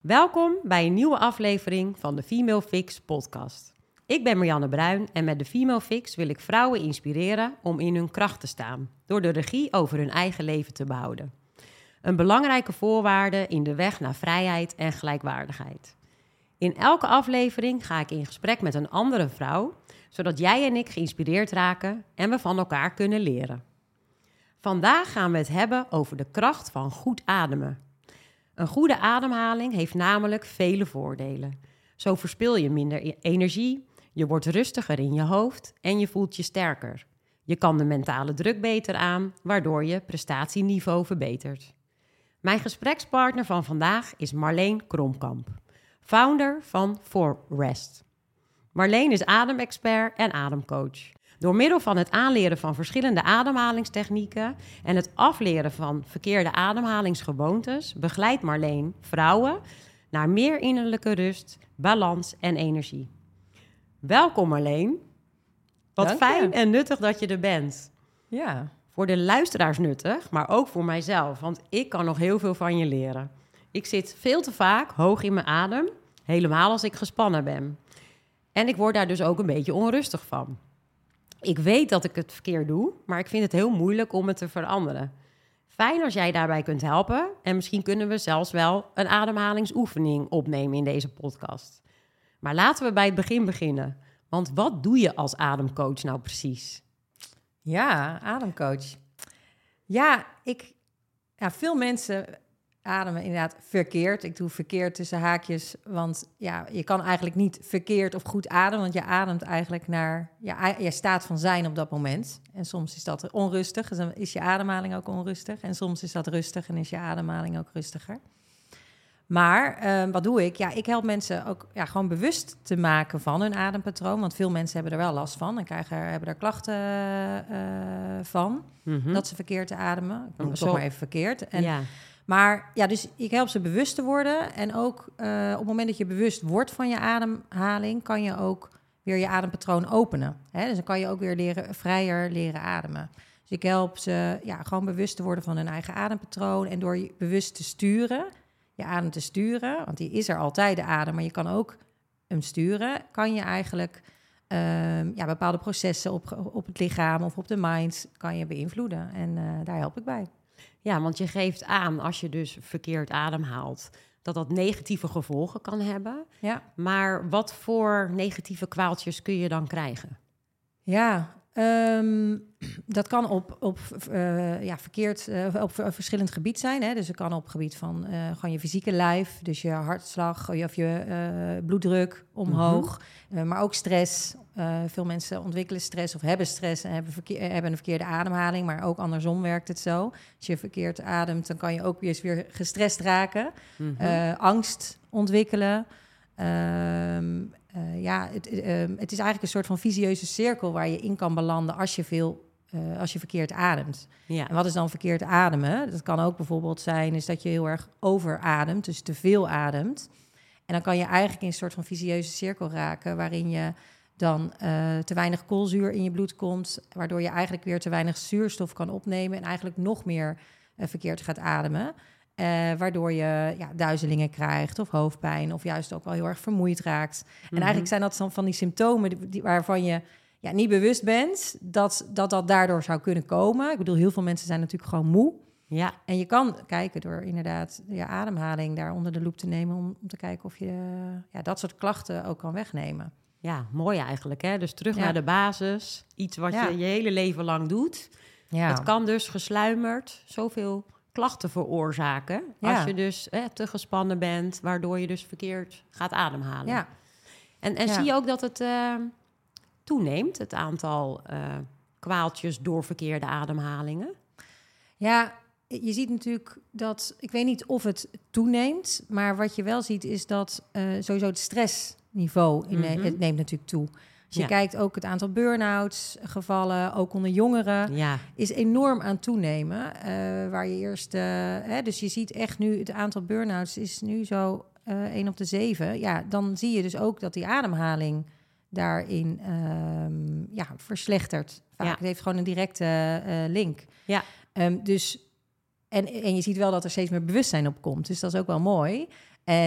Welkom bij een nieuwe aflevering van de Female Fix podcast. Ik ben Marianne Bruin en met de Female Fix wil ik vrouwen inspireren om in hun kracht te staan, door de regie over hun eigen leven te behouden. Een belangrijke voorwaarde in de weg naar vrijheid en gelijkwaardigheid. In elke aflevering ga ik in gesprek met een andere vrouw, zodat jij en ik geïnspireerd raken en we van elkaar kunnen leren. Vandaag gaan we het hebben over de kracht van goed ademen. Een goede ademhaling heeft namelijk vele voordelen. Zo verspil je minder energie, je wordt rustiger in je hoofd en je voelt je sterker. Je kan de mentale druk beter aan, waardoor je prestatieniveau verbetert. Mijn gesprekspartner van vandaag is Marleen Kromkamp, founder van 4Rest. Marleen is ademexpert en ademcoach. Door middel van het aanleren van verschillende ademhalingstechnieken en het afleren van verkeerde ademhalingsgewoontes begeleidt Marleen vrouwen naar meer innerlijke rust, balans en energie. Welkom Marleen. Wat Dank fijn je. en nuttig dat je er bent. Ja, Voor de luisteraars nuttig, maar ook voor mijzelf, want ik kan nog heel veel van je leren. Ik zit veel te vaak hoog in mijn adem, helemaal als ik gespannen ben. En ik word daar dus ook een beetje onrustig van. Ik weet dat ik het verkeerd doe, maar ik vind het heel moeilijk om het te veranderen. Fijn als jij daarbij kunt helpen en misschien kunnen we zelfs wel een ademhalingsoefening opnemen in deze podcast. Maar laten we bij het begin beginnen. Want wat doe je als ademcoach nou precies? ja, ademcoach. Ja, veel mensen ademen inderdaad verkeerd. Ik doe verkeerd tussen haakjes, want ja, je kan eigenlijk niet verkeerd of goed ademen, want je ademt eigenlijk naar je staat van zijn op dat moment. En soms is dat onrustig, dus dan is je ademhaling ook onrustig. En soms is dat rustig en is je ademhaling ook rustiger. Maar wat doe ik? Ja, ik help mensen ook gewoon bewust te maken van hun adempatroon. Want veel mensen hebben er wel last van en hebben er klachten van. Dat ze verkeerd ademen. Ik noem het toch maar even verkeerd. En, Ja. Maar ja, dus ik help ze bewust te worden. En ook op het moment dat je bewust wordt van je ademhaling, kan je ook weer je adempatroon openen. Hè? Dus dan kan je ook weer vrijer leren ademen. Dus ik help ze gewoon bewust te worden van hun eigen adempatroon. En door je bewust te sturen, je adem te sturen, want die is er altijd, de adem, maar je kan ook hem sturen, kan je eigenlijk bepaalde processen op het lichaam of op de mind kan je beïnvloeden. En daar help ik bij. Ja, want je geeft aan als je dus verkeerd ademhaalt, dat negatieve gevolgen kan hebben. Ja, Maar wat voor negatieve kwaaltjes kun je dan krijgen? ja. Dat kan op verschillend gebied zijn. Hè? Dus het kan op het gebied van gewoon je fysieke lijf, dus je hartslag of je bloeddruk omhoog. Maar ook stress. Veel mensen ontwikkelen stress of hebben stress en hebben een verkeerde ademhaling, maar ook andersom werkt het zo. Als je verkeerd ademt, dan kan je ook weer gestrest raken, angst ontwikkelen. Het is eigenlijk een soort van visieuze cirkel waar je in kan belanden als je verkeerd ademt. Ja. En wat is dan verkeerd ademen? Dat kan ook bijvoorbeeld zijn is dat je heel erg overademt, dus te veel ademt. En dan kan je eigenlijk in een soort van visieuze cirkel raken, waarin je dan te weinig koolzuur in je bloed komt, waardoor je eigenlijk weer te weinig zuurstof kan opnemen en eigenlijk nog meer verkeerd gaat ademen. Waardoor je duizelingen krijgt of hoofdpijn of juist ook wel heel erg vermoeid raakt. En eigenlijk zijn dat dan van die symptomen waarvan je niet bewust bent dat daardoor zou kunnen komen. Ik bedoel, heel veel mensen zijn natuurlijk gewoon moe. Ja. En je kan kijken door inderdaad je ademhaling daar onder de loep te nemen om te kijken of je dat soort klachten ook kan wegnemen. Ja, mooi eigenlijk, hè? Dus terug naar de basis. Iets wat je hele leven lang doet. Ja. Het kan dus gesluimerd zoveel klachten veroorzaken. Als je dus te gespannen bent, waardoor je dus verkeerd gaat ademhalen. Ja. En zie je ook dat het toeneemt, het aantal kwaaltjes door verkeerde ademhalingen? Ja, je ziet natuurlijk dat, ik weet niet of het toeneemt, maar wat je wel ziet is dat sowieso het stressniveau het neemt natuurlijk toe. Als je kijkt ook het aantal burn-outs gevallen, ook onder jongeren, is enorm aan toenemen. Waar je eerst, dus je ziet echt nu het aantal burn-outs is nu zo 1 op de 7. Ja, dan zie je dus ook dat die ademhaling daarin verslechtert. Vaak. Het heeft gewoon een directe link. Ja. En je ziet wel dat er steeds meer bewustzijn op komt. Dus dat is ook wel mooi. En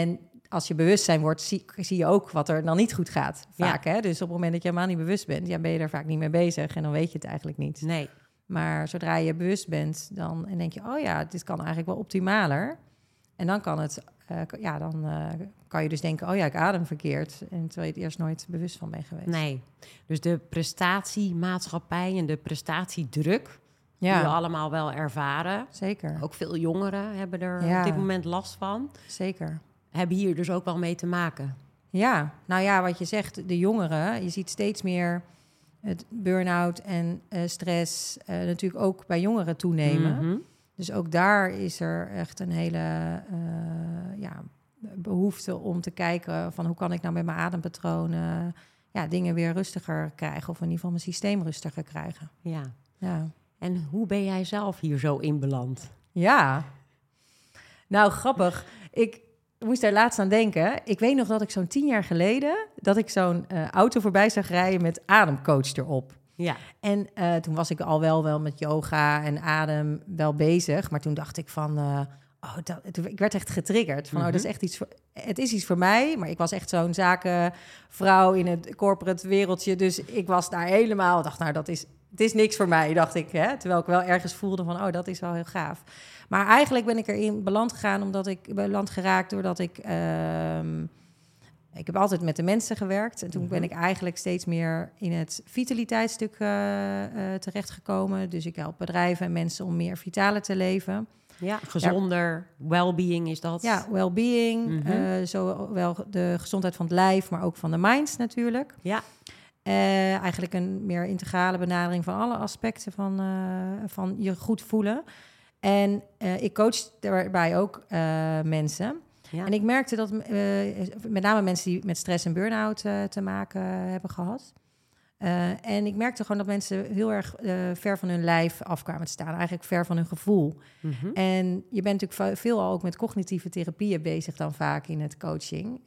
als je bewustzijn wordt, zie je ook wat er dan niet goed gaat. Vaak, hè? Dus op het moment dat je helemaal niet bewust bent, ben je er vaak niet mee bezig. En dan weet je het eigenlijk niet. Nee. Maar zodra je bewust bent, dan denk je, oh ja, dit kan eigenlijk wel optimaler. En dan kan het, kan je dus denken, oh ja, ik adem verkeerd. En terwijl je het eerst nooit bewust van bent geweest. Nee. Dus de prestatiemaatschappij en de prestatiedruk, die we allemaal wel ervaren. Zeker. Ook veel jongeren hebben er op dit moment last van. Zeker. Hebben hier dus ook wel mee te maken. Ja, nou ja, wat je zegt, de jongeren, je ziet steeds meer het burn-out en stress natuurlijk ook bij jongeren toenemen. Mm-hmm. Dus ook daar is er echt een hele behoefte om te kijken van hoe kan ik nou met mijn adempatronen dingen weer rustiger krijgen. Of in ieder geval mijn systeem rustiger krijgen. Ja. Ja. En hoe ben jij zelf hier zo in beland? Ja, nou grappig. Ik moest daar laatst aan denken. Ik weet nog dat ik zo'n 10 jaar geleden, dat ik zo'n auto voorbij zag rijden met ademcoach erop. Ja. En toen was ik al wel met yoga en adem wel bezig. Maar toen dacht ik van, ik werd echt getriggerd. Van, dat is echt iets het is iets voor mij. Maar ik was echt zo'n zakenvrouw in het corporate wereldje. Dus ik was daar helemaal, dacht het is niks voor mij, dacht ik. Hè? Terwijl ik wel ergens voelde van, dat is wel heel gaaf. Maar eigenlijk ben ik erin beland geraakt doordat ik heb altijd met de mensen gewerkt. En toen ben ik eigenlijk steeds meer in het vitaliteitsstuk terechtgekomen. Dus ik help bedrijven en mensen om meer vitaler te leven. Ja, gezonder, well-being is dat. Ja, well-being, zowel de gezondheid van het lijf, maar ook van de minds natuurlijk. Ja. Eigenlijk een meer integrale benadering van alle aspecten van je goed voelen. En ik coach daarbij ook mensen. Ja. En ik merkte dat met name mensen die met stress en burn-out te maken hebben gehad. En ik merkte gewoon dat mensen heel erg ver van hun lijf af kwamen te staan. Eigenlijk ver van hun gevoel. Mm-hmm. En je bent natuurlijk veelal ook met cognitieve therapieën bezig dan vaak in het coaching.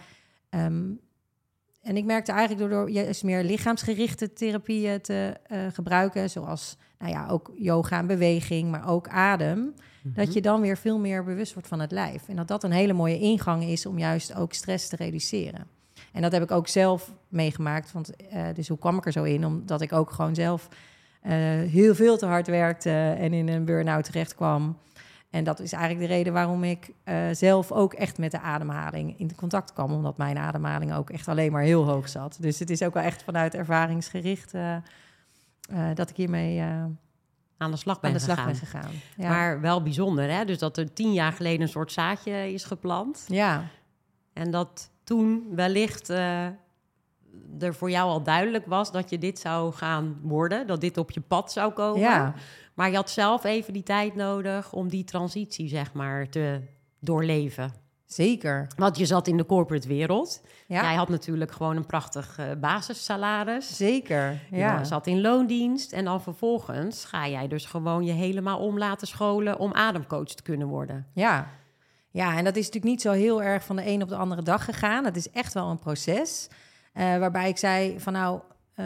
En ik merkte eigenlijk door juist meer lichaamsgerichte therapieën te gebruiken, zoals ook yoga en beweging, maar ook adem, dat je dan weer veel meer bewust wordt van het lijf. En dat een hele mooie ingang is om juist ook stress te reduceren. En dat heb ik ook zelf meegemaakt. Dus hoe kwam ik er zo in? Omdat ik ook gewoon zelf heel veel te hard werkte en in een burn-out terecht kwam. En dat is eigenlijk de reden waarom ik zelf ook echt met de ademhaling in contact kwam. Omdat mijn ademhaling ook echt alleen maar heel hoog zat. Dus het is ook wel echt vanuit ervaringsgericht dat ik hiermee aan de slag ben gegaan. Ja. Maar wel bijzonder, hè? Dus dat er 10 jaar geleden een soort zaadje is geplant. Ja. En dat toen wellicht er voor jou al duidelijk was dat je dit zou gaan worden. Dat dit op je pad zou komen. Ja. Maar je had zelf even die tijd nodig om die transitie, zeg maar, te doorleven. Zeker. Want je zat in de corporate wereld. Ja. Jij had natuurlijk gewoon een prachtig basissalaris. Zeker, ja. Je zat in loondienst en dan vervolgens ga jij dus gewoon je helemaal om laten scholen om ademcoach te kunnen worden. Ja. Ja, en dat is natuurlijk niet zo heel erg van de een op de andere dag gegaan. Het is echt wel een proces waarbij ik zei van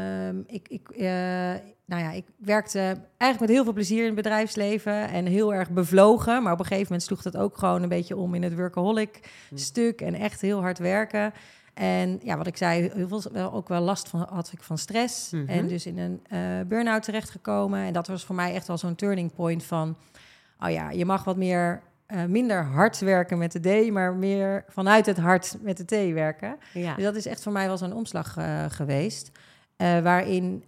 ik werkte eigenlijk met heel veel plezier in het bedrijfsversleven en heel erg bevlogen. Maar op een gegeven moment sloeg dat ook gewoon een beetje om in het workaholic stuk en echt heel hard werken. En ja, wat ik zei, heel veel ook wel last had ik van stress. Mm-hmm. En dus in een burn-out terechtgekomen. En dat was voor mij echt wel zo'n turning point van, je mag wat meer minder hard werken met de D, maar meer vanuit het hart met de T werken. Ja. Dus dat is echt voor mij wel zo'n omslag geweest. Waarin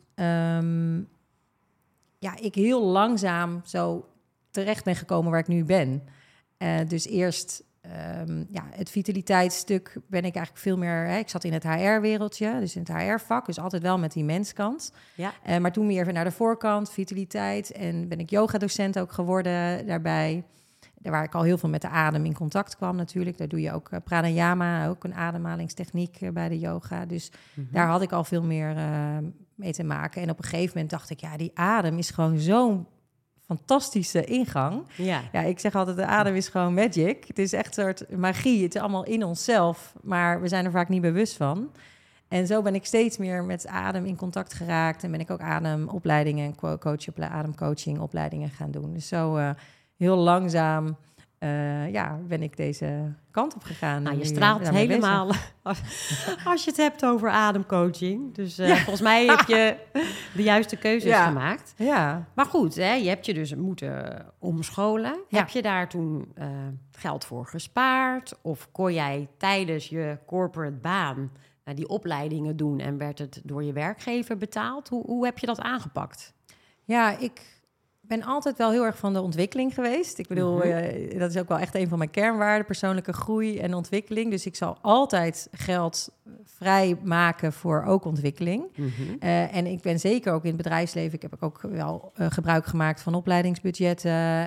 ik heel langzaam zo terecht ben gekomen waar ik nu ben. Dus eerst het vitaliteitsstuk ben ik eigenlijk veel meer. Ik zat in het HR-wereldje, dus in het HR-vak, dus altijd wel met die menskant. Ja. Maar toen meer naar de voorkant, vitaliteit. En ben ik yogadocent ook geworden daarbij. Daar waar ik al heel veel met de adem in contact kwam natuurlijk. Daar doe je ook pranayama, ook een ademhalingstechniek bij de yoga. Dus daar had ik al veel meer mee te maken. En op een gegeven moment dacht ik, die adem is gewoon zo'n fantastische ingang. Ja, ik zeg altijd, de adem is gewoon magic. Het is echt een soort magie. Het is allemaal in onszelf, maar we zijn er vaak niet bewust van. En zo ben ik steeds meer met adem in contact geraakt. En ben ik ook ademopleidingen en ademcoaching opleidingen gaan doen. Dus zo heel langzaam ben ik deze kant op gegaan. Nou, je en straalt daarmee helemaal als je het hebt over ademcoaching. Dus volgens mij heb je de juiste keuzes gemaakt. Ja. Maar goed, hè, je hebt je dus moeten omscholen. Ja. Heb je daar toen geld voor gespaard? Of kon jij tijdens je corporate baan die opleidingen doen en werd het door je werkgever betaald? Hoe heb je dat aangepakt? Ja, ik ben altijd wel heel erg van de ontwikkeling geweest. Ik bedoel, dat is ook wel echt een van mijn kernwaarden, persoonlijke groei en ontwikkeling. Dus ik zal altijd geld vrijmaken voor ook ontwikkeling. En ik ben zeker ook in het bedrijfsleven, ik heb ook wel gebruik gemaakt van opleidingsbudgetten.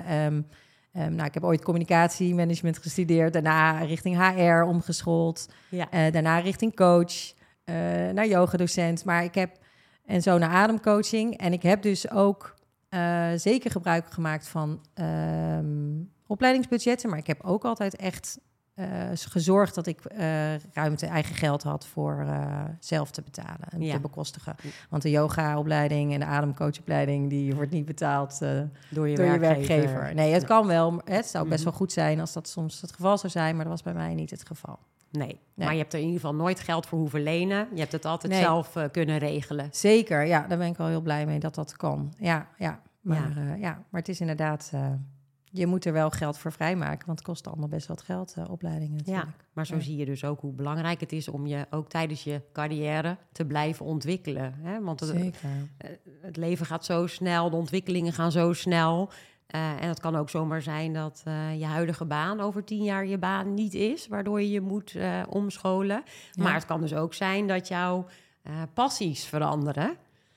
Ik heb ooit communicatiemanagement gestudeerd, daarna richting HR omgeschoold, daarna richting coach, naar yogadocent. Maar ik heb en zo naar ademcoaching. En ik heb dus ook zeker gebruik gemaakt van opleidingsbudgetten. Maar ik heb ook altijd echt gezorgd dat ik ruimte, eigen geld had voor zelf te betalen en te bekostigen. Want de yogaopleiding en de ademcoachopleiding, die wordt niet betaald door je werkgever. Nee, het kan wel. Het zou best wel goed zijn als dat soms het geval zou zijn, maar dat was bij mij niet het geval. Nee, maar je hebt er in ieder geval nooit geld voor hoeven lenen. Je hebt het altijd zelf kunnen regelen. Zeker, ja, daar ben ik wel heel blij mee dat dat kan. Maar het is inderdaad... je moet er wel geld voor vrijmaken, want het kost allemaal best wat geld, opleidingen natuurlijk. Ja, maar zo zie je dus ook hoe belangrijk het is om je ook tijdens je carrière te blijven ontwikkelen. Hè? Want het leven gaat zo snel, de ontwikkelingen gaan zo snel. En het kan ook zomaar zijn dat je huidige baan over 10 jaar je baan niet is, waardoor je je moet omscholen. Ja. Maar het kan dus ook zijn dat jouw passies veranderen.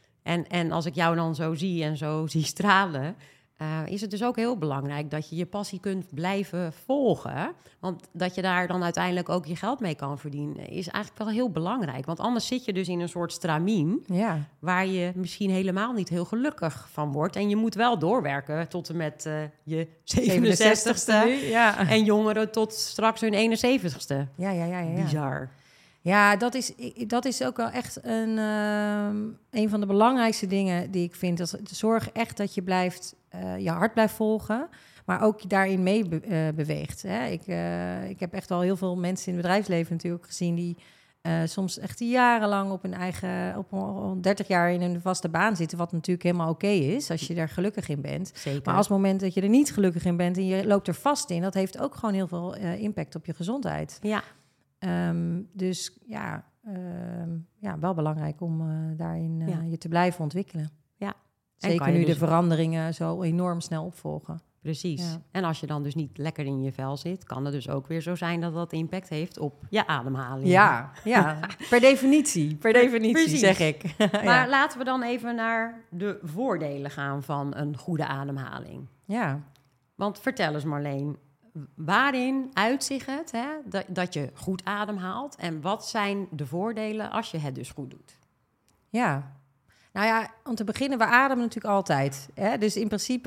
En als ik jou dan zo zie en zo zie stralen, is het dus ook heel belangrijk dat je je passie kunt blijven volgen. Want dat je daar dan uiteindelijk ook je geld mee kan verdienen, is eigenlijk wel heel belangrijk. Want anders zit je dus in een soort stramien, waar je misschien helemaal niet heel gelukkig van wordt. En je moet wel doorwerken tot en met je 67ste. Ja. En jongeren tot straks hun 71ste. Ja. Bizar. Ja, dat is ook wel echt een van de belangrijkste dingen die ik vind. Dat zorg echt dat je je hart blijft volgen, maar ook daarin mee beweegt. Hè? Ik heb echt wel heel veel mensen in het bedrijfsleven natuurlijk gezien die soms echt jarenlang op hun eigen, op 30 jaar in een vaste baan zitten, wat natuurlijk helemaal oké is als je daar gelukkig in bent. Zeker. Maar als het moment dat je er niet gelukkig in bent en je loopt er vast in, dat heeft ook gewoon heel veel impact op je gezondheid. Ja. Dus wel belangrijk om daarin je te blijven ontwikkelen. Ja. Zeker nu de veranderingen zo enorm snel opvolgen. Precies. Ja. En als je dan dus niet lekker in je vel zit, kan het dus ook weer zo zijn dat dat impact heeft op je ademhaling. Ja. Per definitie Precies. Zeg ik. Maar laten we dan even naar de voordelen gaan van een goede ademhaling. Ja. Want vertel eens Marleen, waarin uitzicht het dat je goed ademhaalt? En wat zijn de voordelen als je het dus goed doet? Ja, nou ja, om te beginnen, we ademen natuurlijk altijd. Hè? Dus in principe,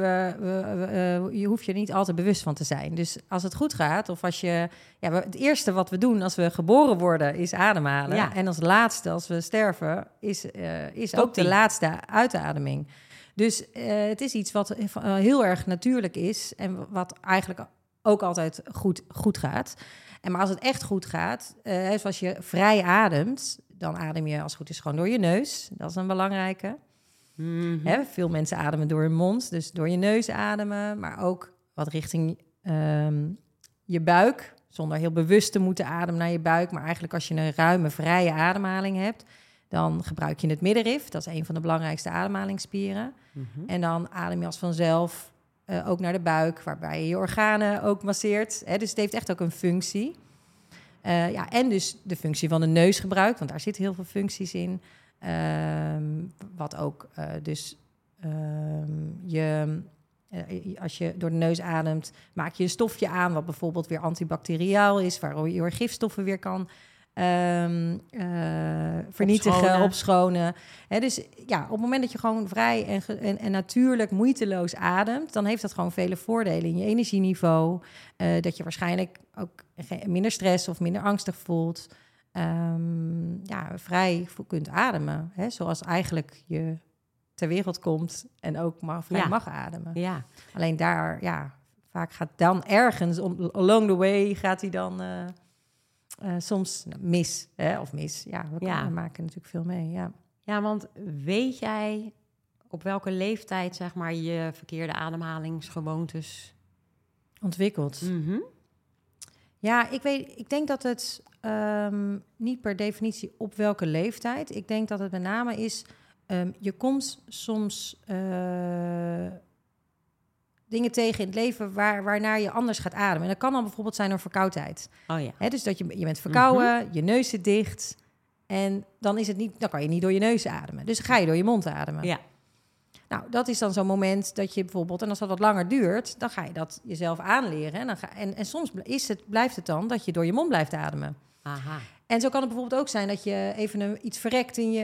je hoeft je er niet altijd bewust van te zijn. Dus als het goed gaat, of als je... Ja, het eerste wat we doen als we geboren worden, is ademhalen. Ja. En als laatste, als we sterven, is ook de laatste uitademing. Dus het is iets wat heel erg natuurlijk is en wat eigenlijk ook altijd goed gaat. Maar als het echt goed gaat, als je vrij ademt, dan adem je als het goed is gewoon door je neus. Dat is een belangrijke. Mm-hmm. Veel mensen ademen door hun mond, dus door je neus ademen, maar ook wat richting je buik, zonder heel bewust te moeten ademen naar je buik. Maar eigenlijk als je een ruime, vrije ademhaling hebt, dan gebruik je het middenrif. Dat is een van de belangrijkste ademhalingsspieren. Mm-hmm. En dan adem je als vanzelf ook naar de buik, waarbij je je organen ook masseert. Dus het heeft echt ook een functie. En dus de functie van de neus gebruikt, want daar zitten heel veel functies in. Wat ook als je door de neus ademt, maak je een stofje aan, wat bijvoorbeeld weer antibacteriaal is, waardoor je gifstoffen weer kan vernietigen, opschonen. Dus ja, op het moment dat je gewoon vrij en natuurlijk moeiteloos ademt, dan heeft dat gewoon vele voordelen in je energieniveau. Dat je waarschijnlijk ook minder stress of minder angstig voelt. Vrij kunt ademen. Zoals eigenlijk je ter wereld komt en ook vrij mag ademen. Ja. Alleen daar vaak gaat dan ergens, along the way, gaat hij dan soms mis. Hè? Of mis, ja, we maken natuurlijk veel mee, ja. Ja, want weet jij op welke leeftijd, zeg maar, je verkeerde ademhalingsgewoontes ontwikkeld? Mm-hmm. Ja, ik denk dat het niet per definitie op welke leeftijd. Ik denk dat het met name is, je komt soms dingen tegen in het leven waarnaar je anders gaat ademen. En dat kan dan bijvoorbeeld zijn door verkoudheid. Oh ja. Hè, dus dat je bent verkouden, je neus zit dicht en dan kan je niet door je neus ademen. Dus dan ga je door je mond ademen. Ja. Nou, dat is dan zo'n moment dat je bijvoorbeeld, en als dat wat langer duurt, dan ga je dat jezelf aanleren. En soms blijft het dan dat je door je mond blijft ademen. Aha. En zo kan het bijvoorbeeld ook zijn dat je even iets verrekt in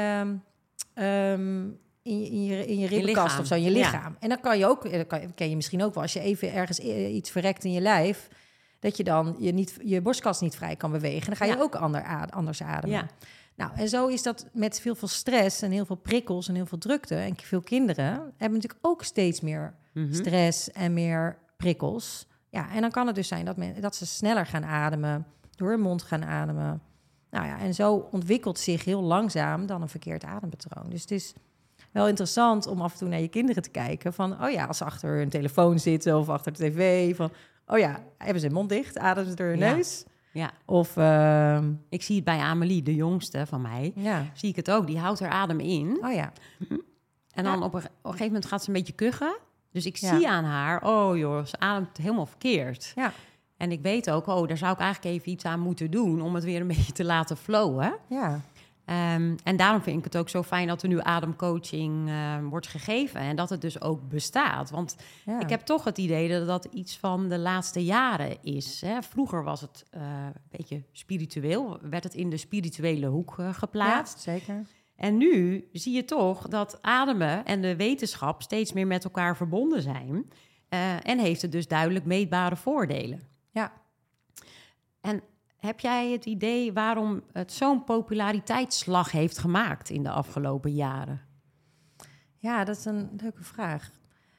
je ribbenkast of zo, in je lichaam. Ja. En dan kan je ook, ken je misschien ook wel, als je even ergens iets verrekt in je lijf, dat je dan je borstkast niet vrij kan bewegen. Dan ga je ook anders ademen. Ja. Nou, en zo is dat met veel stress en heel veel prikkels en heel veel drukte. En veel kinderen hebben natuurlijk ook steeds meer stress en meer prikkels. Ja, en dan kan het dus zijn dat ze sneller gaan ademen, door hun mond gaan ademen. Nou ja, en zo ontwikkelt zich heel langzaam dan een verkeerd adempatroon. Dus het is wel interessant om af en toe naar je kinderen te kijken. Van, oh ja, als ze achter hun telefoon zitten of achter de tv. Van, oh ja, hebben ze hun mond dicht? Ademen ze door hun neus? Ja. Of, ik zie het bij Amelie, de jongste van mij. Ja. Zie ik het ook. Die houdt haar adem in. Oh ja. En dan op een gegeven moment gaat ze een beetje kuchen. Dus ik zie aan haar, oh joh, ze ademt helemaal verkeerd. Ja. En ik weet ook, daar zou ik eigenlijk even iets aan moeten doen om het weer een beetje te laten flowen. Ja. En daarom vind ik het ook zo fijn dat er nu ademcoaching wordt gegeven en dat het dus ook bestaat. Want ik heb toch het idee dat dat iets van de laatste jaren is. Hè? Vroeger was het een beetje spiritueel, werd het in de spirituele hoek geplaatst. Ja, zeker. En nu zie je toch dat ademen en de wetenschap steeds meer met elkaar verbonden zijn. En heeft het dus duidelijk meetbare voordelen. Ja. En heb jij het idee waarom het zo'n populariteitsslag heeft gemaakt in de afgelopen jaren? Ja, dat is een leuke vraag.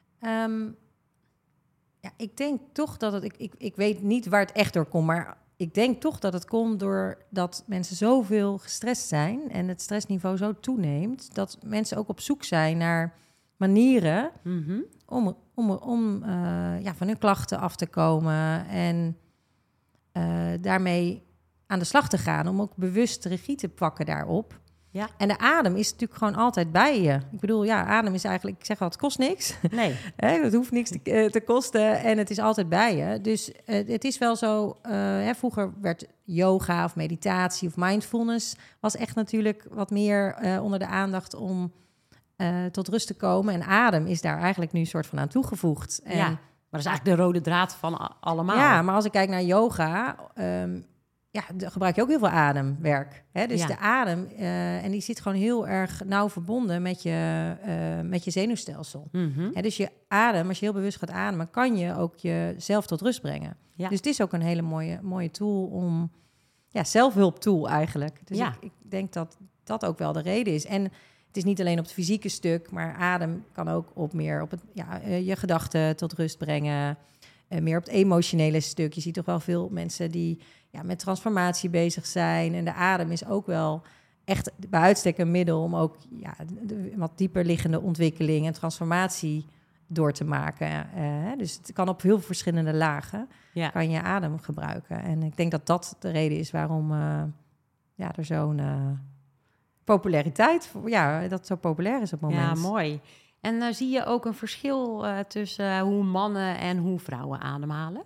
Ik denk toch dat het... Ik weet niet waar het echt door komt, maar ik denk toch dat het komt doordat mensen zoveel gestrest zijn en het stressniveau zo toeneemt, dat mensen ook op zoek zijn naar manieren om van hun klachten af te komen en daarmee aan de slag te gaan, om ook bewust regie te pakken daarop. Ja. En de adem is natuurlijk gewoon altijd bij je. Ik bedoel, adem is eigenlijk, ik zeg wel, het kost niks. Nee. Het hoeft niks te kosten en het is altijd bij je. Dus het is wel zo, vroeger werd yoga of meditatie of mindfulness was echt natuurlijk wat meer onder de aandacht om tot rust te komen. En adem is daar eigenlijk nu een soort van aan toegevoegd. En, maar dat is eigenlijk de rode draad van allemaal. Ja, maar als ik kijk naar yoga, gebruik je ook heel veel ademwerk. Hè? Dus de adem, en die zit gewoon heel erg nauw verbonden met je zenuwstelsel. Hè, dus je adem, als je heel bewust gaat ademen, kan je ook jezelf tot rust brengen. Ja. Dus het is ook een hele mooie tool om, zelfhulptool eigenlijk. Dus ik denk dat dat ook wel de reden is. En het is niet alleen op het fysieke stuk, maar adem kan ook meer op je gedachten tot rust brengen. Meer op het emotionele stuk. Je ziet toch wel veel mensen die met transformatie bezig zijn. En de adem is ook wel echt bij uitstek een middel om ook de wat dieper liggende ontwikkeling en transformatie door te maken. Dus het kan op heel verschillende lagen kan je adem gebruiken. En ik denk dat dat de reden is waarom er zo'n populariteit, dat het zo populair is op het moment. Ja, mooi. En zie je ook een verschil tussen hoe mannen en hoe vrouwen ademhalen?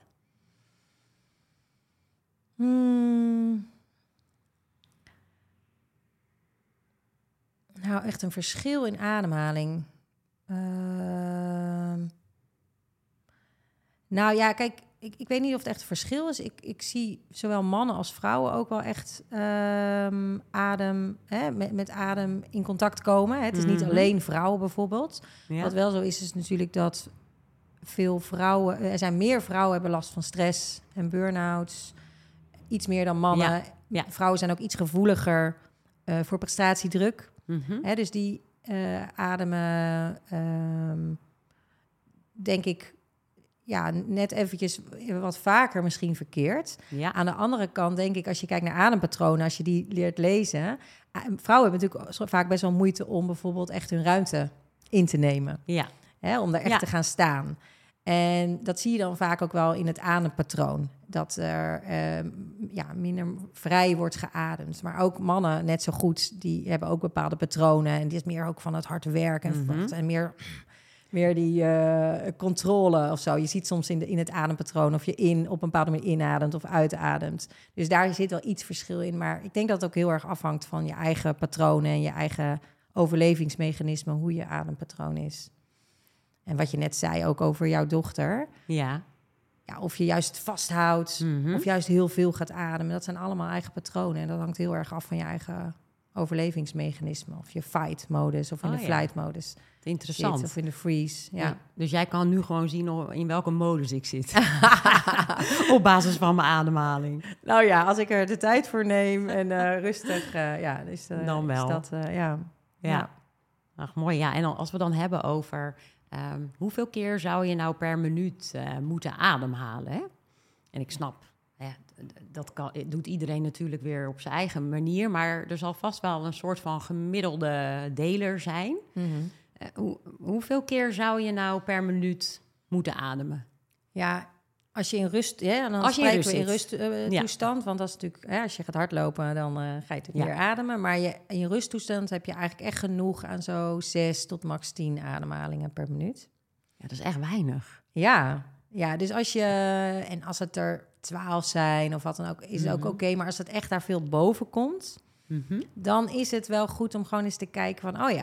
Nou, echt een verschil in ademhaling. Kijk, ik weet niet of het echt een verschil is. Ik zie zowel mannen als vrouwen ook wel echt met adem in contact komen. Hè. Het is niet alleen vrouwen bijvoorbeeld. Ja. Wat wel zo is natuurlijk dat veel vrouwen... Er zijn meer vrouwen hebben last van stress en burn-outs. Iets meer dan mannen. Ja. Ja. Vrouwen zijn ook iets gevoeliger voor prestatiedruk. Hè, dus die ademen, denk ik... net eventjes wat vaker misschien verkeerd. Ja. Aan de andere kant denk ik, als je kijkt naar adempatronen, als je die leert lezen, vrouwen hebben natuurlijk vaak best wel moeite om bijvoorbeeld echt hun ruimte in te nemen. Ja. Hè, om daar echt te gaan staan. En dat zie je dan vaak ook wel in het adempatroon. Dat er minder vrij wordt geademd. Maar ook mannen net zo goed, die hebben ook bepaalde patronen. En die is meer ook van het hard werken en meer die controle of zo. Je ziet soms in het adempatroon of je op een bepaalde manier inademt of uitademt. Dus daar zit wel iets verschil in. Maar ik denk dat het ook heel erg afhangt van je eigen patronen en je eigen overlevingsmechanisme, hoe je adempatroon is. En wat je net zei ook over jouw dochter. Ja. Ja, of je juist vasthoudt, of juist heel veel gaat ademen. Dat zijn allemaal eigen patronen. En dat hangt heel erg af van je eigen overlevingsmechanisme. Of je fight-modus of in de flight-modus. Interessant. Zit, of in de freeze, ja. Dus jij kan nu gewoon zien in welke modus ik zit. Op basis van mijn ademhaling. Nou ja, als ik er de tijd voor neem en rustig, dan wel. Is dat, ja. Ach, mooi. Ja, en dan, als we dan hebben over hoeveel keer zou je nou per minuut moeten ademhalen? Hè? En ik snap, doet iedereen natuurlijk weer op zijn eigen manier, maar er zal vast wel een soort van gemiddelde deler zijn. Mm-hmm. Hoeveel keer zou je nou per minuut moeten ademen? Ja, als je in rust, dan als spreken je we in rusttoestand. Want dat is natuurlijk, als je gaat hardlopen, dan ga je natuurlijk meer ademen. Maar in rusttoestand heb je eigenlijk echt genoeg aan zo 6 tot max 10 ademhalingen per minuut. Ja, dat is echt weinig. Ja, dus als het er 12 zijn of wat dan ook, is het ook oké. Maar als het echt daar veel boven komt, dan is het wel goed om gewoon eens te kijken van,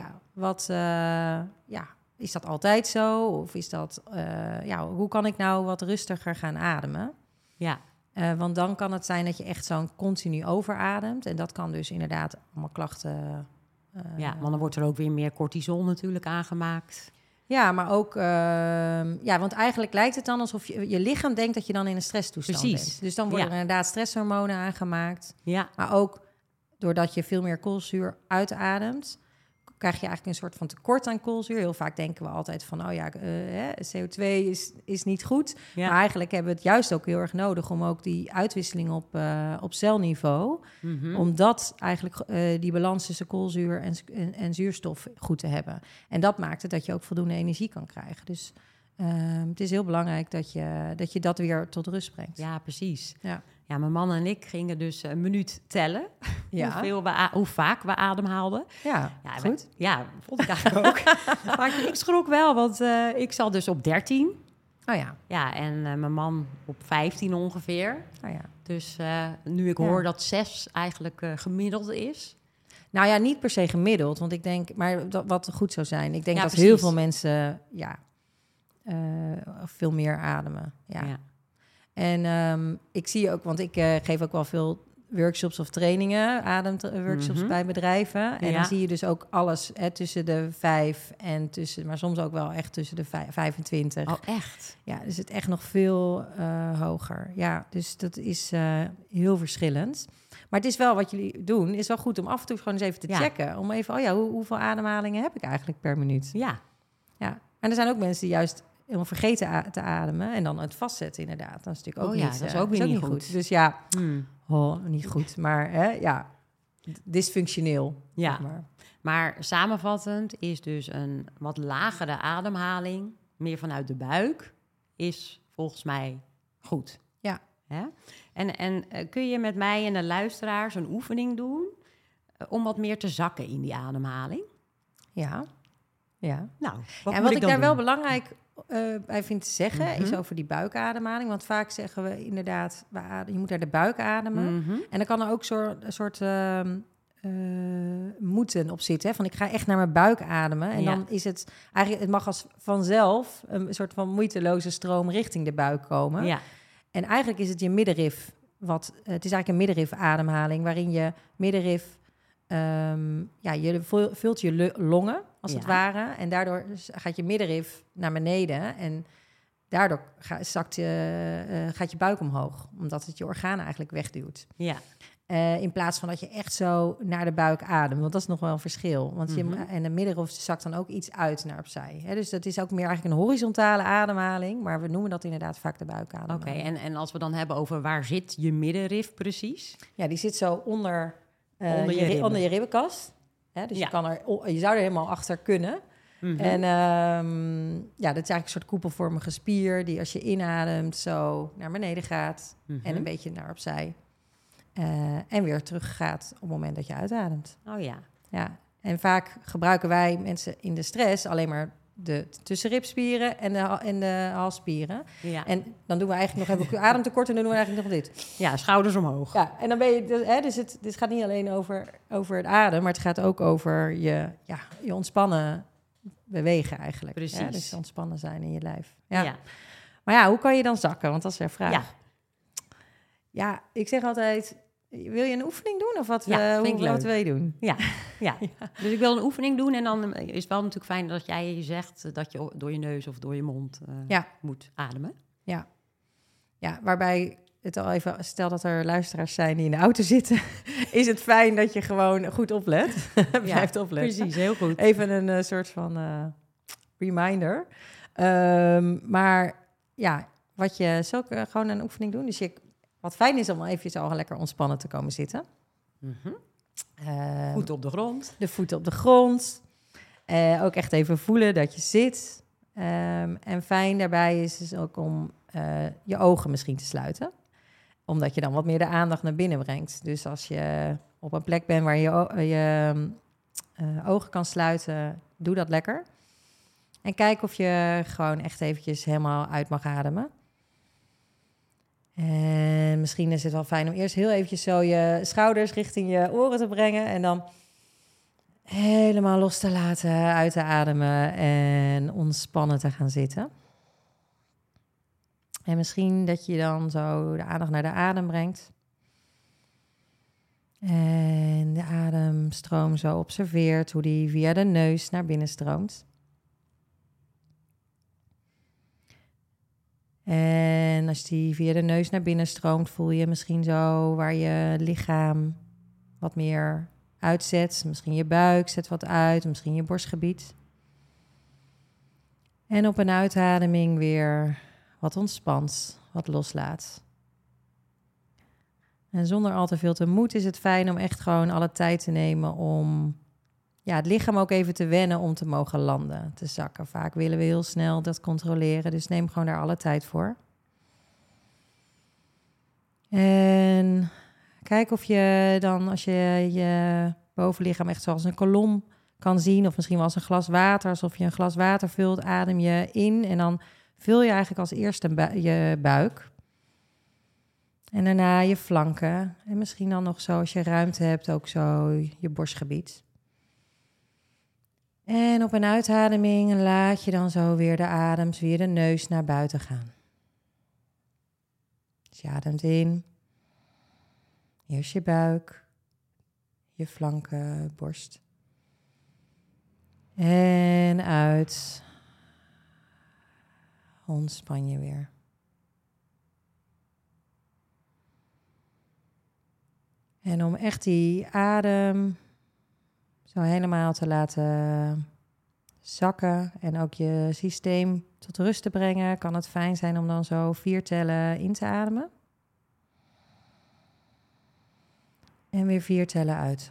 is dat altijd zo? Of is dat, hoe kan ik nou wat rustiger gaan ademen? Ja. Want dan kan het zijn dat je echt zo'n continu overademt. En dat kan dus inderdaad allemaal klachten... want dan wordt er ook weer meer cortisol natuurlijk aangemaakt. Ja, maar ook... want eigenlijk lijkt het dan alsof je lichaam denkt dat je dan in een stresstoestand bent. Dus dan worden er inderdaad stresshormonen aangemaakt. Ja. Maar ook doordat je veel meer koolzuur uitademt, krijg je eigenlijk een soort van tekort aan koolzuur. Heel vaak denken we altijd van, CO2 is niet goed. Ja. Maar eigenlijk hebben we het juist ook heel erg nodig om ook die uitwisseling op celniveau, omdat eigenlijk die balans tussen koolzuur en zuurstof goed te hebben. En dat maakt het dat je ook voldoende energie kan krijgen. Dus het is heel belangrijk dat je dat weer tot rust brengt. Ja, precies. Ja, mijn man en ik gingen dus een minuut tellen. Hoe vaak we ademhaalden. Ja, goed. Vond ik eigenlijk ook. Maar ik schrok wel, want ik zat dus op 13. Oh ja. Ja, en mijn man op 15 ongeveer. Oh ja. Dus nu ik hoor dat 6 eigenlijk gemiddeld is. Nou ja, niet per se gemiddeld, want ik denk, maar wat goed zou zijn. Ik denk dat precies. heel veel mensen veel meer ademen. Ja. En ik zie ook, want ik geef ook wel veel workshops of trainingen, ademworkshops bij bedrijven. En dan zie je dus ook alles tussen de 5 en maar soms ook wel echt tussen de 25. Oh, echt? Ja, dus het echt nog veel hoger. Ja, dus dat is heel verschillend. Maar het is wel wat jullie doen, is wel goed om af en toe gewoon eens even te checken. Om even, hoeveel ademhalingen heb ik eigenlijk per minuut? Ja. En er zijn ook mensen die juist helemaal vergeten te ademen en dan het vastzetten inderdaad. Dat is natuurlijk ook niet, dat is ook weer niet goed. Dus niet goed, maar dysfunctioneel. Ja, maar samenvattend is dus een wat lagere ademhaling, meer vanuit de buik, is volgens mij goed. Ja. Hè? En kun je met mij en de luisteraars een oefening doen om wat meer te zakken in die ademhaling? Ja. Nou, wat ik daar wel belangrijk bij vind te zeggen, is over die buikademhaling. Want vaak zeggen we inderdaad, je moet naar de buik ademen. En dan kan er ook een soort moeten op zitten. Hè? Van ik ga echt naar mijn buik ademen. En dan is het eigenlijk, het mag als vanzelf een soort van moeiteloze stroom richting de buik komen. Ja. En eigenlijk is het je middenrif. Het is eigenlijk een middenrif ademhaling, waarin je middenrif, je vult je longen, als het ware. En daardoor gaat je middenrif naar beneden. En daardoor gaat je buik omhoog. Omdat het je organen eigenlijk wegduwt. Ja. In plaats van dat je echt zo naar de buik ademt. Want dat is nog wel een verschil. Want en de middenrif zakt dan ook iets uit naar opzij. Hè? Dus dat is ook meer eigenlijk een horizontale ademhaling. Maar we noemen dat inderdaad vaak de buikademhaling. Oké, en als we dan hebben over waar zit je middenrif precies? Ja, die zit zo onder Onder je ribbenkast. Hè? Dus je zou er helemaal achter kunnen. En dat is eigenlijk een soort koepelvormige spier... die als je inademt zo naar beneden gaat... en een beetje naar opzij... en weer terug gaat op het moment dat je uitademt. Oh ja. Ja. En vaak gebruiken wij mensen in de stress... alleen maar de tussenribspieren en de halsspieren. Ja. En dan doen we eigenlijk nog... hebben we ademtekort en dan doen we eigenlijk nog dit. Ja, schouders omhoog. Ja, en dan ben je... Dus dit gaat niet alleen over het adem... maar het gaat ook over je ontspannen... bewegen eigenlijk. Precies. Ja, dus ontspannen zijn in je lijf. Ja. Ja. Maar ja, hoe kan je dan zakken? Want dat is weer een vraag. Ja. Ja, ik zeg altijd... Wil je een oefening doen? Of wat, wat wil je doen? Ja. Dus ik wil een oefening doen. En dan is het wel natuurlijk fijn dat jij zegt... dat je door je neus of door je mond moet ademen. Ja, waarbij het al even... Stel dat er luisteraars zijn die in de auto zitten... is het fijn dat je gewoon goed oplet. Blijft opletten. Precies, heel goed. Even een soort van reminder. Maar ja, wat je zou gewoon een oefening doen. Dus wat fijn is om even al lekker ontspannen te komen zitten. Voeten op de grond. De voeten op de grond. Ook echt even voelen dat je zit. En fijn daarbij is dus ook om je ogen misschien te sluiten. Omdat je dan wat meer de aandacht naar binnen brengt. Dus als je op een plek bent waar je ogen kan sluiten, doe dat lekker. En kijk of je gewoon echt eventjes helemaal uit mag ademen. En misschien is het wel fijn om eerst heel eventjes zo je schouders richting je oren te brengen. En dan helemaal los te laten, uit te ademen en ontspannen te gaan zitten. En misschien dat je dan zo de aandacht naar de adem brengt. En de ademstroom zo observeert, hoe die via de neus naar binnen stroomt. En als die via de neus naar binnen stroomt, voel je misschien zo waar je lichaam wat meer uitzet. Misschien je buik zet wat uit, misschien je borstgebied. En op een uitademing weer wat ontspant, wat loslaat. En zonder al te veel te moed is het fijn om echt gewoon alle tijd te nemen om het lichaam ook even te wennen om te mogen landen, te zakken. Vaak willen we heel snel dat controleren, dus neem gewoon daar alle tijd voor. En kijk of je dan, als je je bovenlichaam echt zoals een kolom kan zien, of misschien wel als een glas water, alsof je een glas water vult, adem je in en dan vul je eigenlijk als eerste je buik. En daarna je flanken. En misschien dan nog zo, als je ruimte hebt, ook zo je borstgebied. En op een uitademing laat je dan zo weer de adem via de neus naar buiten gaan. Dus je ademt in. Eerst je buik, je flanken, borst. En uit. Ontspan je weer. En om echt die adem zo helemaal te laten zakken en ook je systeem tot rust te brengen, kan het fijn zijn om dan zo 4 tellen in te ademen. En weer 4 tellen uit.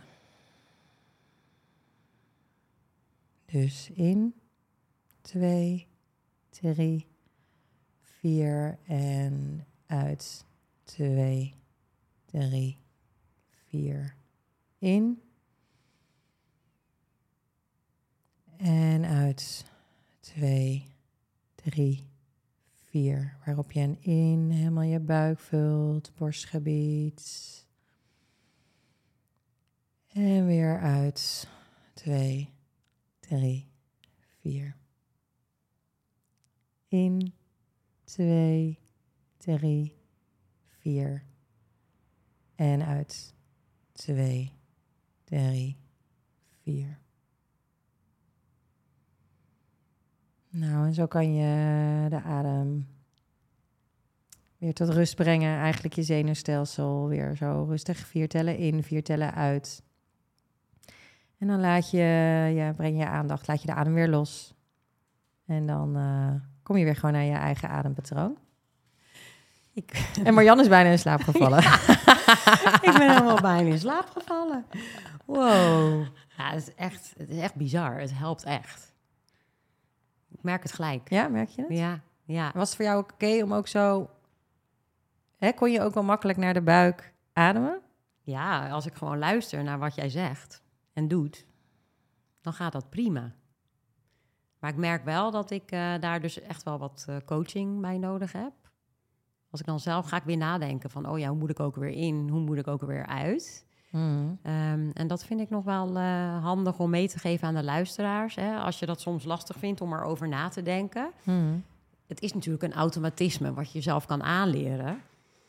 Dus in, 2, 3, 4 en uit, 2, 3, 4. In. En uit 2, 3, 4. Waarop je een in helemaal je buik vult, borstgebied. En weer uit 2, 3, 4. In 2, 3, 4. En uit 2, 3, 4. Nou, en zo kan je de adem weer tot rust brengen. Eigenlijk je zenuwstelsel weer zo rustig 4 tellen in, 4 tellen uit. En dan breng je aandacht, laat je de adem weer los. En dan kom je weer gewoon naar je eigen adempatroon. En Marianne is bijna in slaap gevallen. Ik ben helemaal bijna in slaap gevallen. Wow. Ja, het is echt bizar. Het helpt echt. Ik merk het gelijk. Ja, merk je het? Ja. Was het voor jou ook oké om ook zo... kon je ook wel makkelijk naar de buik ademen? Ja, als ik gewoon luister naar wat jij zegt en doet, dan gaat dat prima. Maar ik merk wel dat ik daar dus echt wel wat coaching bij nodig heb. Als ik dan zelf ga ik weer nadenken van, hoe moet ik ook weer in? Hoe moet ik ook weer uit? En dat vind ik nog wel handig om mee te geven aan de luisteraars. Hè? Als je dat soms lastig vindt om erover na te denken. Het is natuurlijk een automatisme wat je zelf kan aanleren.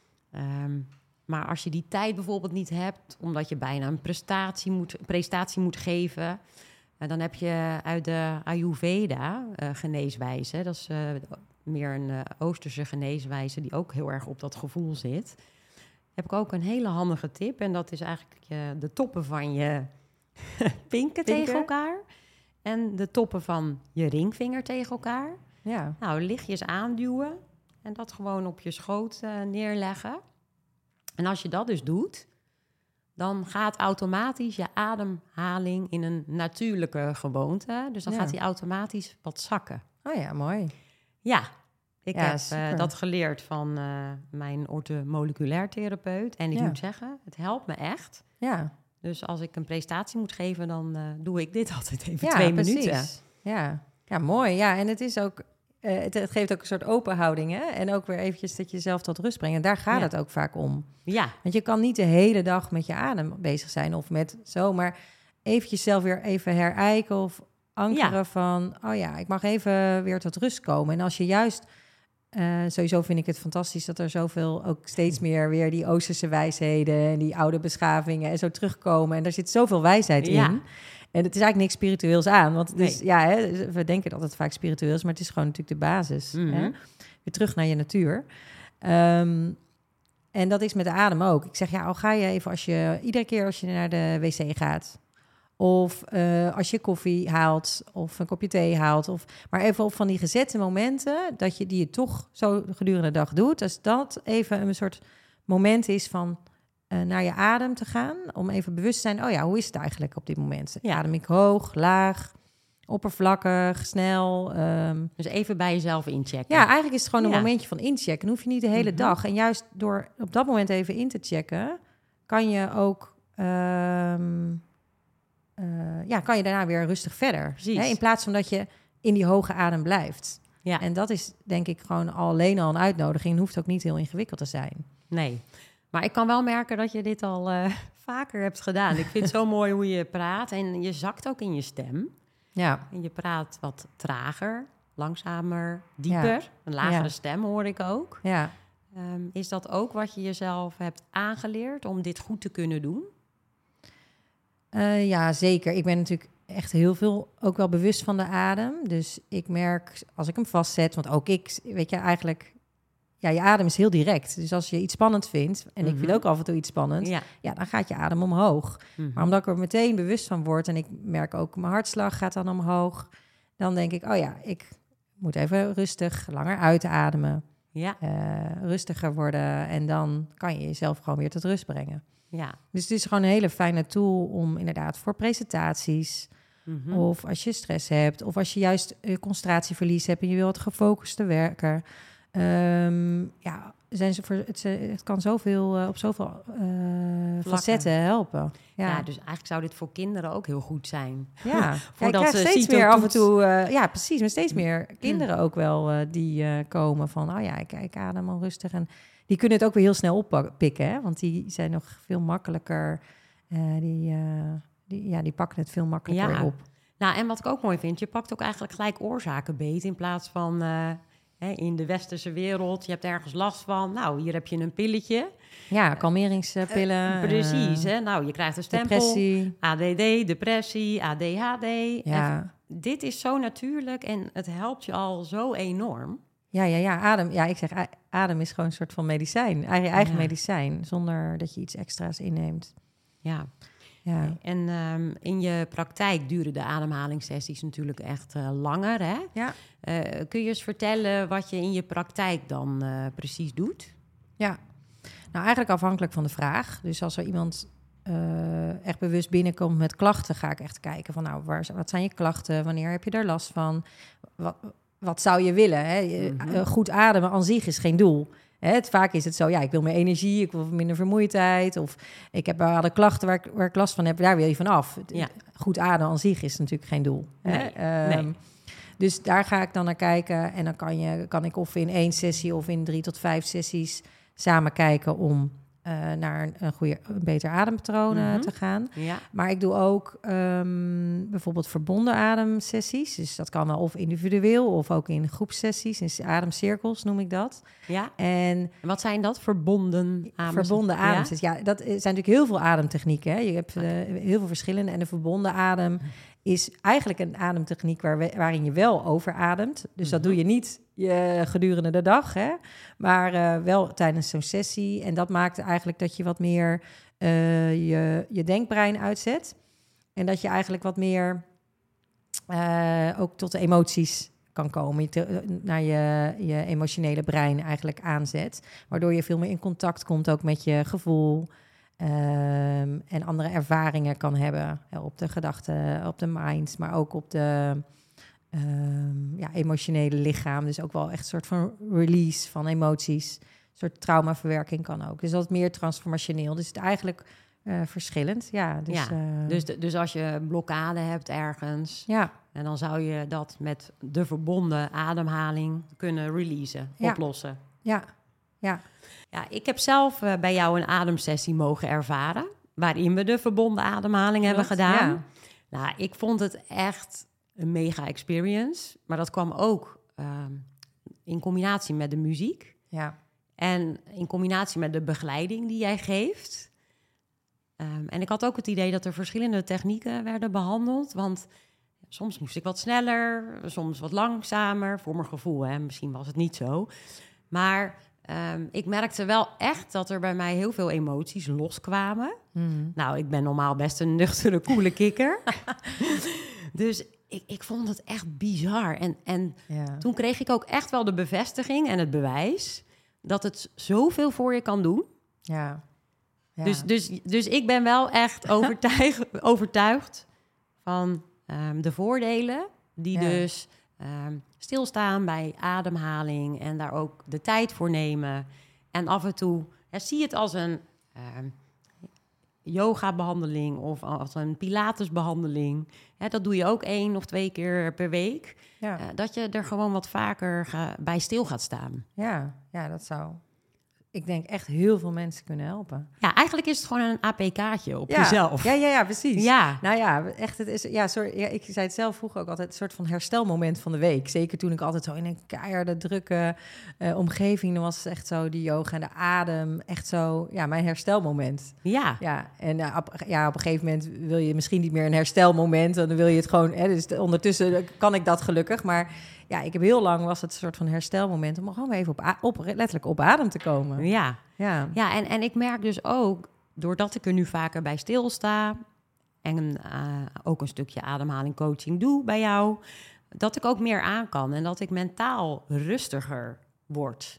Maar als je die tijd bijvoorbeeld niet hebt, omdat je bijna een prestatie moet geven, dan heb je uit de Ayurveda geneeswijze, dat is meer een Oosterse geneeswijze die ook heel erg op dat gevoel zit, heb ik ook een hele handige tip. En dat is eigenlijk de toppen van je pinken tegen elkaar en de toppen van je ringvinger tegen elkaar. Ja. Nou, lichtjes aanduwen en dat gewoon op je schoot neerleggen. En als je dat dus doet, dan gaat automatisch je ademhaling in een natuurlijke gewoonte. Dus dan gaat die automatisch wat zakken. Oh ja, mooi. Ja, ik heb dat geleerd van mijn orthomoleculair therapeut. En ik moet zeggen, het helpt me echt. Ja. Dus als ik een presentatie moet geven, dan doe ik dit altijd even 2 minuten. Ja, mooi. Ja, en het is ook... Het geeft ook een soort open houding, hè? En ook weer eventjes dat je jezelf tot rust brengt. En daar gaat het ook vaak om. Ja. Want je kan niet de hele dag met je adem bezig zijn of met zo, maar eventjes zelf weer even herijken of ankeren van, ik mag even weer tot rust komen. En als je juist, sowieso vind ik het fantastisch dat er zoveel, ook steeds meer weer die Oosterse wijsheden en die oude beschavingen en zo terugkomen. En daar zit zoveel wijsheid in. En het is eigenlijk niks spiritueels aan. Want het is, we denken dat het vaak spiritueel is, maar het is gewoon natuurlijk de basis. Hè? Weer terug naar je natuur. En dat is met de adem ook. Ik zeg, al ga je even iedere keer als je naar de wc gaat, of als je koffie haalt, of een kopje thee haalt, maar even op van die gezette momenten, die je toch zo gedurende de dag doet, als dat even een soort moment is van naar je adem te gaan, om even bewust te zijn, hoe is het eigenlijk op dit moment? Adem ik hoog, laag, oppervlakkig, snel? Dus even bij jezelf inchecken. Ja, eigenlijk is het gewoon een momentje van inchecken. Dan hoef je niet de hele dag. En juist door op dat moment even in te checken, kan je ook, kan je daarna weer rustig verder. Hè? In plaats van dat je in die hoge adem blijft. Ja. En dat is denk ik gewoon alleen al een uitnodiging. Het hoeft ook niet heel ingewikkeld te zijn. Nee. Maar ik kan wel merken dat je dit al vaker hebt gedaan. Ik vind het zo mooi hoe je praat. En je zakt ook in je stem. Ja. En je praat wat trager, langzamer, dieper. Ja. Een lagere stem hoor ik ook. Ja. Is dat ook wat je jezelf hebt aangeleerd om dit goed te kunnen doen? Ja, zeker. Ik ben natuurlijk echt heel veel ook wel bewust van de adem. Dus ik merk, als ik hem vastzet, want ook ik, weet je, eigenlijk... Ja, je adem is heel direct. Dus als je iets spannend vindt, en ik vind ook af en toe iets spannend, dan gaat je adem omhoog. Maar omdat ik er meteen bewust van word en ik merk ook mijn hartslag gaat dan omhoog, dan denk ik, ik moet even rustig langer uitademen. Ja. Rustiger worden en dan kan je jezelf gewoon weer tot rust brengen. Ja. Dus het is gewoon een hele fijne tool om inderdaad voor presentaties, of als je stress hebt, of als je juist concentratieverlies hebt en je wil wat gefocuster werken. Het kan zoveel op zoveel facetten helpen. Ja, dus eigenlijk zou dit voor kinderen ook heel goed zijn. Ja, voordat ze steeds meer af en toe... precies, maar steeds meer kinderen ook wel die komen van... ik adem al rustig. En die kunnen het ook weer heel snel oppikken, hè? Want die zijn nog veel makkelijker. Die pakken het veel makkelijker op. Nou, en wat ik ook mooi vind, je pakt ook eigenlijk gelijk oorzaken beet in plaats van... in de westerse wereld, je hebt ergens last van. Nou, hier heb je een pilletje. Ja, kalmeringspillen. Precies, hè. Nou, je krijgt een stempel. Depressie. ADD, depressie, ADHD. Ja. Dit is zo natuurlijk en het helpt je al zo enorm. Ja, adem. Ja, ik zeg, adem is gewoon een soort van medicijn. Eigen medicijn, zonder dat je iets extra's inneemt. Ja. Ja. En in je praktijk duren de ademhalingssessies natuurlijk echt langer, hè? Ja. Kun je eens vertellen wat je in je praktijk dan precies doet? Ja. Nou, eigenlijk afhankelijk van de vraag. Dus als er iemand echt bewust binnenkomt met klachten, ga ik echt kijken van, nou, wat zijn je klachten? Wanneer heb je daar last van? Wat zou je willen? Hè? Goed ademen aan zich is geen doel. Vaak is het zo, ik wil meer energie, ik wil minder vermoeidheid. Of ik heb bepaalde klachten waar ik last van heb, daar wil je van af. Ja. Goed ademen aan zich is natuurlijk geen doel. Nee, nee. Dus daar ga ik dan naar kijken. En dan kan ik of in 1 sessie of in 3 tot 5 sessies samen kijken om naar een beter adempatroon te gaan. Ja. Maar ik doe ook bijvoorbeeld verbonden ademsessies. Dus dat kan of individueel of ook in groepsessies. In ademcirkels noem ik dat. Ja. En wat zijn dat? Verbonden ademsessies. Ja, dat zijn natuurlijk heel veel ademtechnieken. Hè. Je hebt heel veel verschillende. En de verbonden adem is eigenlijk een ademtechniek waarin je wel overademt. Dus dat doe je niet gedurende de dag, hè? Maar wel tijdens zo'n sessie. En dat maakt eigenlijk dat je wat meer je denkbrein uitzet. En dat je eigenlijk wat meer ook tot de emoties kan komen. Naar je emotionele brein eigenlijk aanzet. Waardoor je veel meer in contact komt ook met je gevoel. En andere ervaringen kan hebben op de gedachten, op de mind, maar ook op de emotionele lichaam. Dus ook wel echt een soort van release van emoties. Een soort traumaverwerking kan ook. Dus dat is meer transformationeel. Dus het is eigenlijk verschillend. Ja, dus als je blokkade hebt ergens, en dan zou je dat met de verbonden ademhaling kunnen releasen, oplossen. Ja. Ja, ik heb zelf bij jou een ademsessie mogen ervaren, waarin we de verbonden ademhaling hebben gedaan. Ja. Nou, ik vond het echt een mega experience, maar dat kwam ook in combinatie met de muziek. Ja. En in combinatie met de begeleiding die jij geeft. En ik had ook het idee dat er verschillende technieken werden behandeld, want soms moest ik wat sneller, soms wat langzamer, voor mijn gevoel. Hè? Misschien was het niet zo, maar ik merkte wel echt dat er bij mij heel veel emoties loskwamen. Nou, ik ben normaal best een nuchtere, coole kikker. Dus ik vond het echt bizar. En toen kreeg ik ook echt wel de bevestiging en het bewijs dat het zoveel voor je kan doen. Ja. Dus ik ben wel echt overtuigd van de voordelen die dus stilstaan bij ademhaling en daar ook de tijd voor nemen. En af en toe zie het als een yoga-behandeling of als een pilatesbehandeling. Dat doe je ook 1 of 2 keer per week. Ja. Dat je er gewoon wat vaker bij stil gaat staan. Ja, dat zou, ik denk, echt heel veel mensen kunnen helpen. Ja, eigenlijk is het gewoon een APK'tje op jezelf. Ja, precies. Ja. Nou ja, echt, het is, ik zei het zelf vroeger ook altijd, een soort van herstelmoment van de week. Zeker toen ik altijd zo in een keiharde, drukke omgeving, dan was het echt zo, die yoga en de adem, echt zo, mijn herstelmoment. Ja. Ja, en op een gegeven moment wil je misschien niet meer een herstelmoment, dan wil je het gewoon, dus ondertussen kan ik dat gelukkig, maar ik heb heel lang was het een soort van herstelmoment om gewoon even letterlijk op adem te komen. Ja. Ja, en ik merk dus ook, doordat ik er nu vaker bij stilsta en ook een stukje ademhaling coaching doe bij jou, dat ik ook meer aan kan en dat ik mentaal rustiger word.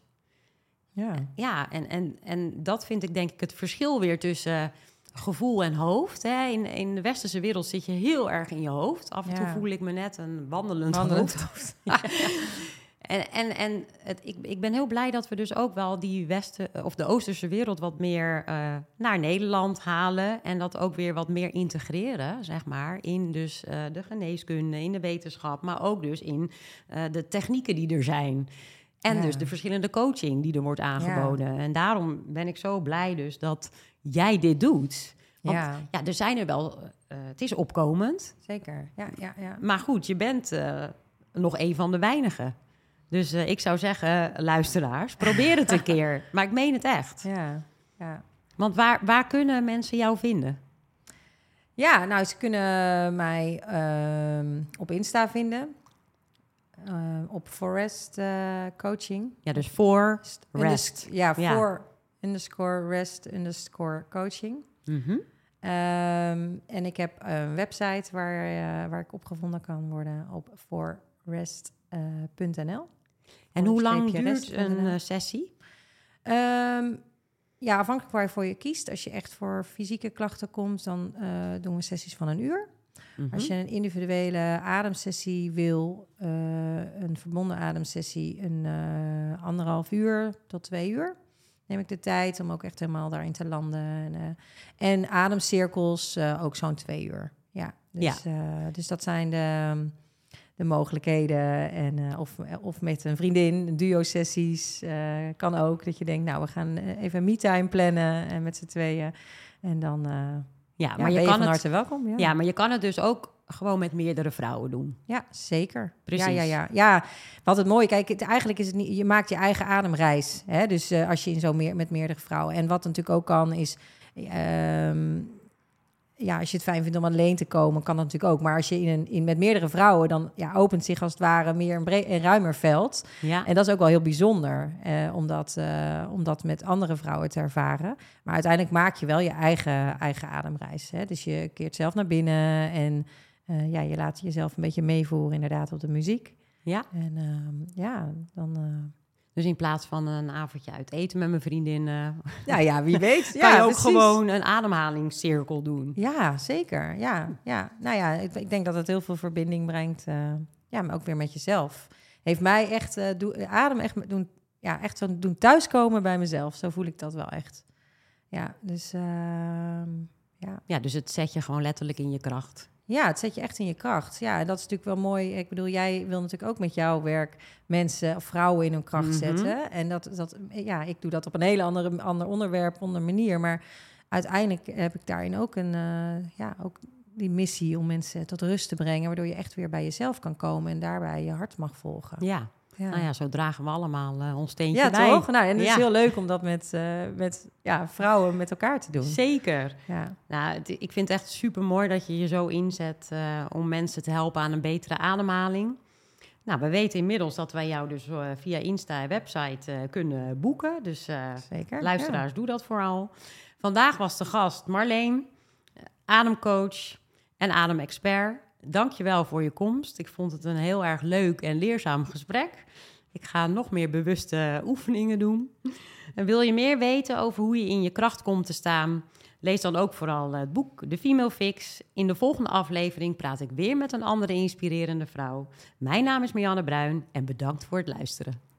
Ja, en dat vind ik denk ik het verschil weer tussen gevoel en hoofd. Hè. In de westerse wereld zit je heel erg in je hoofd. Af en toe voel ik me net een wandelend hoofd. Ja. Ik ben heel blij dat we dus ook wel die de Oosterse wereld wat meer naar Nederland halen en dat ook weer wat meer integreren, zeg maar, in dus de geneeskunde, in de wetenschap, maar ook dus in de technieken die er zijn. En dus de verschillende coaching die er wordt aangeboden. En daarom ben ik zo blij dus dat jij dit doet. Want er zijn er wel, het is opkomend. Zeker, ja. Maar goed, je bent nog een van de weinigen. Dus ik zou zeggen, luisteraars, probeer het een keer. Maar ik meen het echt. Ja. Want waar kunnen mensen jou vinden? Ja, nou, ze kunnen mij op Insta vinden. op Forest Coaching. Ja, dus voor rest. Voor _rest _coaching. Mhm. En ik heb een website waar ik opgevonden kan worden op forrest.nl. En hoe lang duurt een sessie? Afhankelijk waarvoor je kiest. Als je echt voor fysieke klachten komt, dan doen we sessies van 1 uur. Mhm. Als je een individuele ademsessie wil, een verbonden ademsessie, een 1,5 uur tot 2 uur. Neem ik de tijd om ook echt helemaal daarin te landen. En ademcirkels ook zo'n 2 uur. Ja, dus dat zijn de mogelijkheden. En, of met een vriendin, duo-sessies. Kan ook dat je denkt, nou, we gaan even me-time plannen en met z'n tweeën. En dan maar je kan van harte welkom. Ja, maar je kan het dus ook gewoon met meerdere vrouwen doen. Ja, zeker. Precies. Ja, wat het mooie, kijk, eigenlijk is het niet, je maakt je eigen ademreis. Hè? Dus als je met meerdere vrouwen. En wat natuurlijk ook kan is, als je het fijn vindt om alleen te komen, kan dat natuurlijk ook. Maar als je met meerdere vrouwen, dan opent zich als het ware meer een ruimer veld. Ja. En dat is ook wel heel bijzonder, om dat met andere vrouwen te ervaren. Maar uiteindelijk maak je wel je eigen ademreis. Hè? Dus je keert zelf naar binnen en je laat jezelf een beetje meevoeren inderdaad op de muziek. Ja. En dan... Dus in plaats van een avondje uit eten met mijn vriendin... wie weet. kan je ook precies. gewoon een ademhalingscirkel doen. Ja, zeker. Ja. Nou ja, ik denk dat het heel veel verbinding brengt. Maar ook weer met jezelf. Heeft mij echt adem echt doen... Ja, echt zo doen thuiskomen bij mezelf. Zo voel ik dat wel echt. Ja, dus... Ja, dus het zet je gewoon letterlijk in je kracht. Ja, het zet je echt in je kracht. Ja, en dat is natuurlijk wel mooi. Ik bedoel, jij wil natuurlijk ook met jouw werk mensen of vrouwen in hun kracht zetten. En ik doe dat op een hele ander onderwerp, andere manier. Maar uiteindelijk heb ik daarin ook ook die missie om mensen tot rust te brengen, waardoor je echt weer bij jezelf kan komen en daarbij je hart mag volgen. Ja. Nou ja, zo dragen we allemaal ons steentje bij. Ja, toch? Nou, en het is heel leuk om dat met vrouwen met elkaar te doen. Zeker. Ja. Nou, ik vind het echt super mooi dat je je zo inzet om mensen te helpen aan een betere ademhaling. Nou, we weten inmiddels dat wij jou dus via Insta en website kunnen boeken. Dus Zeker, luisteraars, doe dat vooral. Vandaag was de gast Marleen, ademcoach en ademexpert. Dank je wel voor je komst. Ik vond het een heel erg leuk en leerzaam gesprek. Ik ga nog meer bewuste oefeningen doen. En wil je meer weten over hoe je in je kracht komt te staan? Lees dan ook vooral het boek The Female Fix. In de volgende aflevering praat ik weer met een andere inspirerende vrouw. Mijn naam is Marianne Bruin en bedankt voor het luisteren.